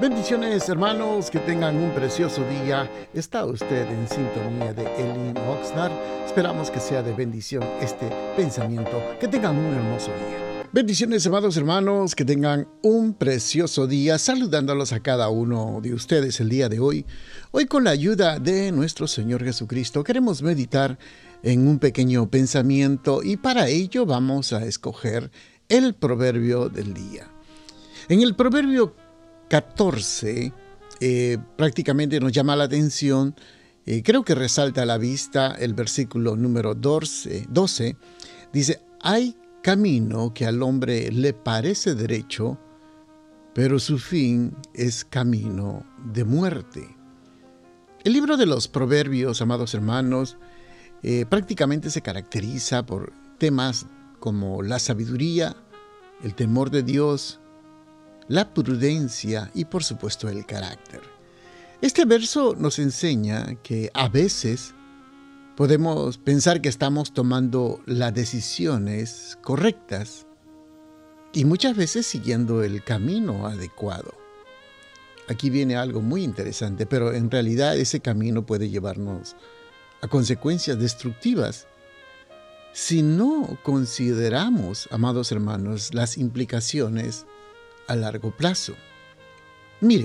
Bendiciones, hermanos, que tengan un precioso día. Está usted en sintonía de Elin Oxnard. Esperamos que sea de bendición este pensamiento. Que tengan un hermoso día. Bendiciones, amados hermanos, que tengan un precioso día. Saludándolos a cada uno de ustedes el día de hoy. Hoy, con la ayuda de nuestro Señor Jesucristo, queremos meditar en un pequeño pensamiento y para ello vamos a escoger el proverbio del día. En el proverbio 14, prácticamente nos llama la atención, creo que resalta a la vista el versículo número 12, dice: hay camino que al hombre le parece derecho, pero su fin es camino de muerte. El libro de los proverbios, amados hermanos, prácticamente se caracteriza por temas como la sabiduría, el temor de Dios, la prudencia y por supuesto el carácter. Este verso nos enseña que a veces podemos pensar que estamos tomando las decisiones correctas y muchas veces siguiendo el camino adecuado. Aquí viene algo muy interesante, pero en realidad ese camino puede llevarnos a consecuencias destructivas si no consideramos, amados hermanos, las implicaciones a largo plazo. Mire,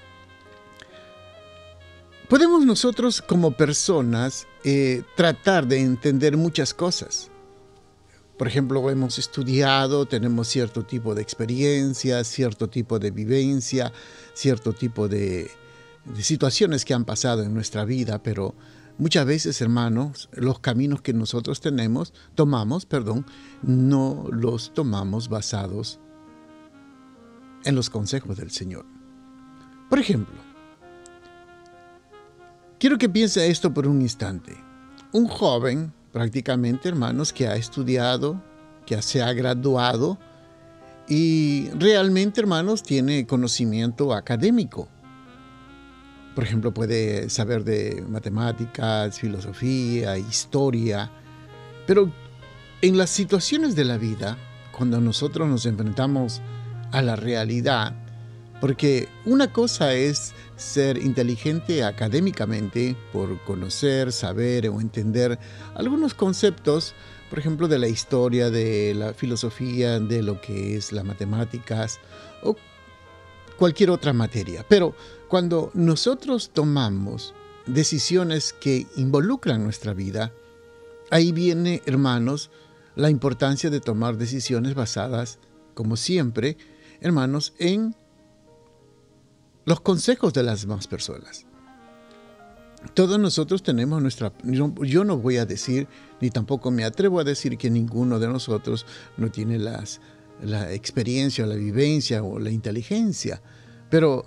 podemos nosotros como personas tratar de entender muchas cosas. Por ejemplo, hemos estudiado, tenemos cierto tipo de experiencia, cierto tipo de vivencia, cierto tipo de situaciones que han pasado en nuestra vida, pero muchas veces, hermanos, los caminos que nosotros tomamos, no los tomamos basados en los consejos del Señor. Por ejemplo, quiero que piense esto por un instante. Un joven, prácticamente, hermanos, que ha estudiado, que se ha graduado y realmente, hermanos, tiene conocimiento académico. Por ejemplo, puede saber de matemáticas, filosofía, historia, pero en las situaciones de la vida, cuando nosotros nos enfrentamos a la realidad, porque una cosa es ser inteligente académicamente por conocer, saber o entender algunos conceptos, por ejemplo, de la historia, de la filosofía, de lo que es las matemáticas o cualquier otra materia. Pero cuando nosotros tomamos decisiones que involucran nuestra vida, ahí viene, hermanos, la importancia de tomar decisiones basadas, como siempre, hermanos, en los consejos de las demás personas. Todos nosotros tenemos yo no voy a decir, ni tampoco me atrevo a decir que ninguno de nosotros no tiene la experiencia, la vivencia o la inteligencia, pero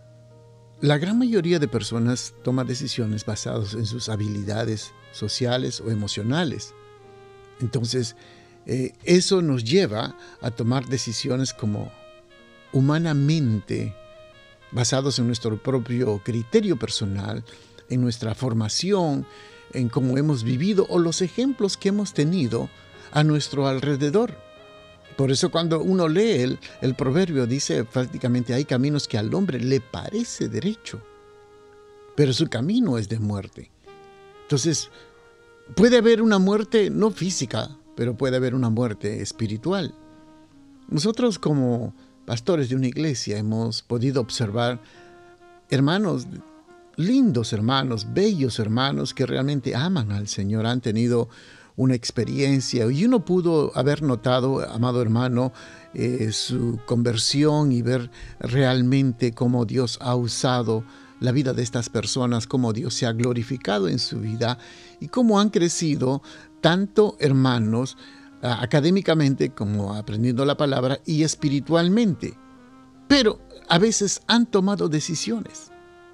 la gran mayoría de personas toma decisiones basadas en sus habilidades sociales o emocionales. Entonces, eso nos lleva a tomar decisiones como humanamente basados en nuestro propio criterio personal, en nuestra formación, en cómo hemos vivido o los ejemplos que hemos tenido a nuestro alrededor. Por eso cuando uno lee el proverbio dice prácticamente: hay caminos que al hombre le parece derecho, pero su camino es de muerte. Entonces, puede haber una muerte no física, pero puede haber una muerte espiritual. Nosotros como pastores de una iglesia hemos podido observar hermanos, lindos hermanos, bellos hermanos que realmente aman al Señor, han tenido una experiencia y uno pudo haber notado, amado hermano, su conversión y ver realmente cómo Dios ha usado la vida de estas personas, cómo Dios se ha glorificado en su vida y cómo han crecido tanto hermanos académicamente como aprendiendo la palabra y espiritualmente. Pero a veces han tomado decisiones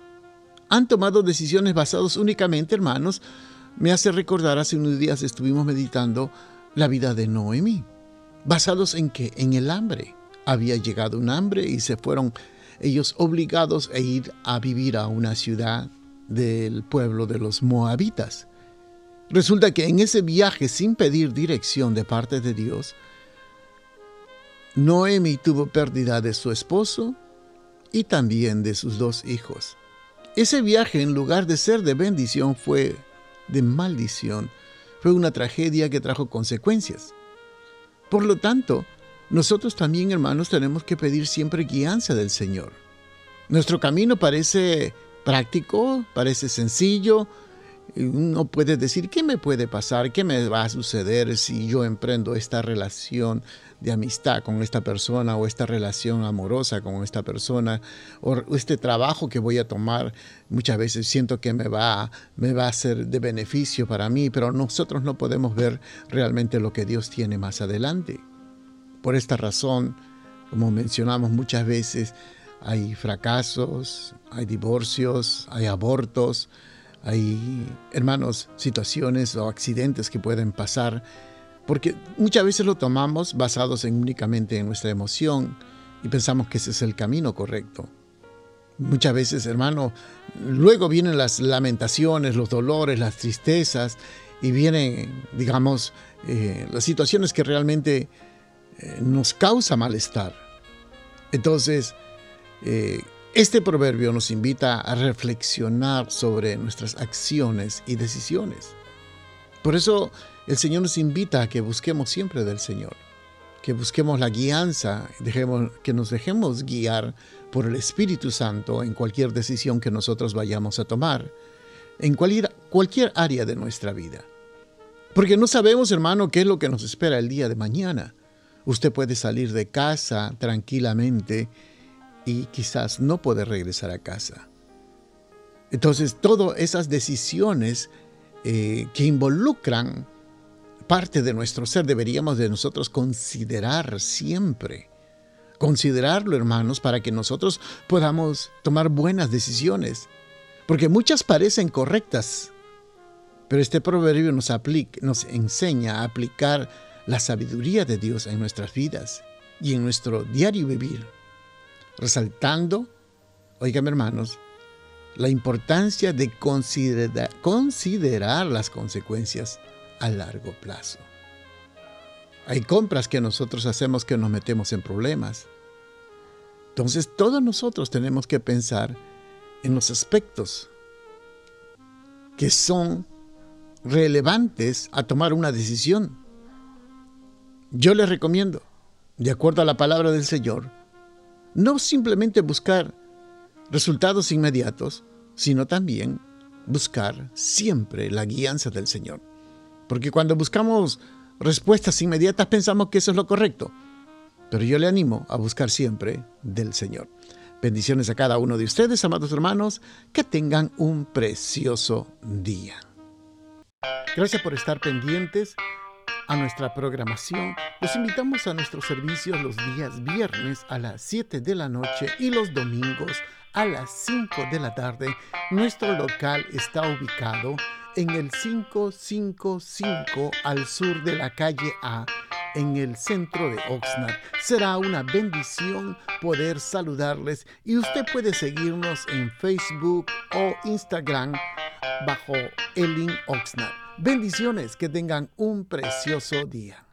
basadas únicamente, hermanos. Me hace recordar, hace unos días estuvimos meditando la vida de Noemí, basados en que en el hambre. Había llegado un hambre y se fueron ellos obligados a ir a vivir a una ciudad del pueblo de los moabitas. Resulta que en ese viaje, sin pedir dirección de parte de Dios, Noemi tuvo pérdida de su esposo y también de sus 2 hijos. Ese viaje, en lugar de ser de bendición, fue de maldición. Fue una tragedia que trajo consecuencias. Por lo tanto, nosotros también, hermanos, tenemos que pedir siempre guianza del Señor. Nuestro camino parece práctico, parece sencillo. Uno puede decir, ¿qué me puede pasar? ¿Qué me va a suceder si yo emprendo esta relación de amistad con esta persona, o esta relación amorosa con esta persona, o este trabajo que voy a tomar? Muchas veces siento que me va a ser de beneficio para mí, pero nosotros no podemos ver realmente lo que Dios tiene más adelante. Por esta razón, como mencionamos muchas veces, hay fracasos, hay divorcios, hay abortos, hay, hermanos, situaciones o accidentes que pueden pasar, porque muchas veces lo tomamos basados únicamente en nuestra emoción y pensamos que ese es el camino correcto. Muchas veces, hermano, luego vienen las lamentaciones, los dolores, las tristezas, y vienen, digamos, las situaciones que realmente nos causa malestar. Entonces, este proverbio nos invita a reflexionar sobre nuestras acciones y decisiones. Por eso el Señor nos invita a que busquemos siempre del Señor, que busquemos la guianza, que nos dejemos guiar por el Espíritu Santo en cualquier decisión que nosotros vayamos a tomar, en cualquier área de nuestra vida. Porque no sabemos, hermano, qué es lo que nos espera el día de mañana. Usted puede salir de casa tranquilamente y quizás no poder regresar a casa. Entonces, todas esas decisiones que involucran parte de nuestro ser, deberíamos de nosotros considerar siempre. Considerarlo, hermanos, para que nosotros podamos tomar buenas decisiones. Porque muchas parecen correctas, pero este proverbio nos enseña a aplicar la sabiduría de Dios en nuestras vidas y en nuestro diario vivir, resaltando, oigan, hermanos, la importancia de considerar las consecuencias a largo plazo. Hay compras que nosotros hacemos que nos metemos en problemas. Entonces, todos nosotros tenemos que pensar en los aspectos que son relevantes a tomar una decisión. Yo les recomiendo, de acuerdo a la palabra del Señor, no simplemente buscar resultados inmediatos, sino también buscar siempre la guianza del Señor. Porque cuando buscamos respuestas inmediatas pensamos que eso es lo correcto. Pero yo le animo a buscar siempre del Señor. Bendiciones a cada uno de ustedes, amados hermanos, que tengan un precioso día. Gracias por estar pendientes a nuestra programación. Los invitamos a nuestros servicios los días viernes a las 7 de la noche y los domingos a las 5 de la tarde. Nuestro local está ubicado en el 555 al sur de la calle A, en el centro de Oxnard. Será una bendición poder saludarles y usted puede seguirnos en Facebook o Instagram bajo Elim Oxnard. Bendiciones, que tengan un precioso día.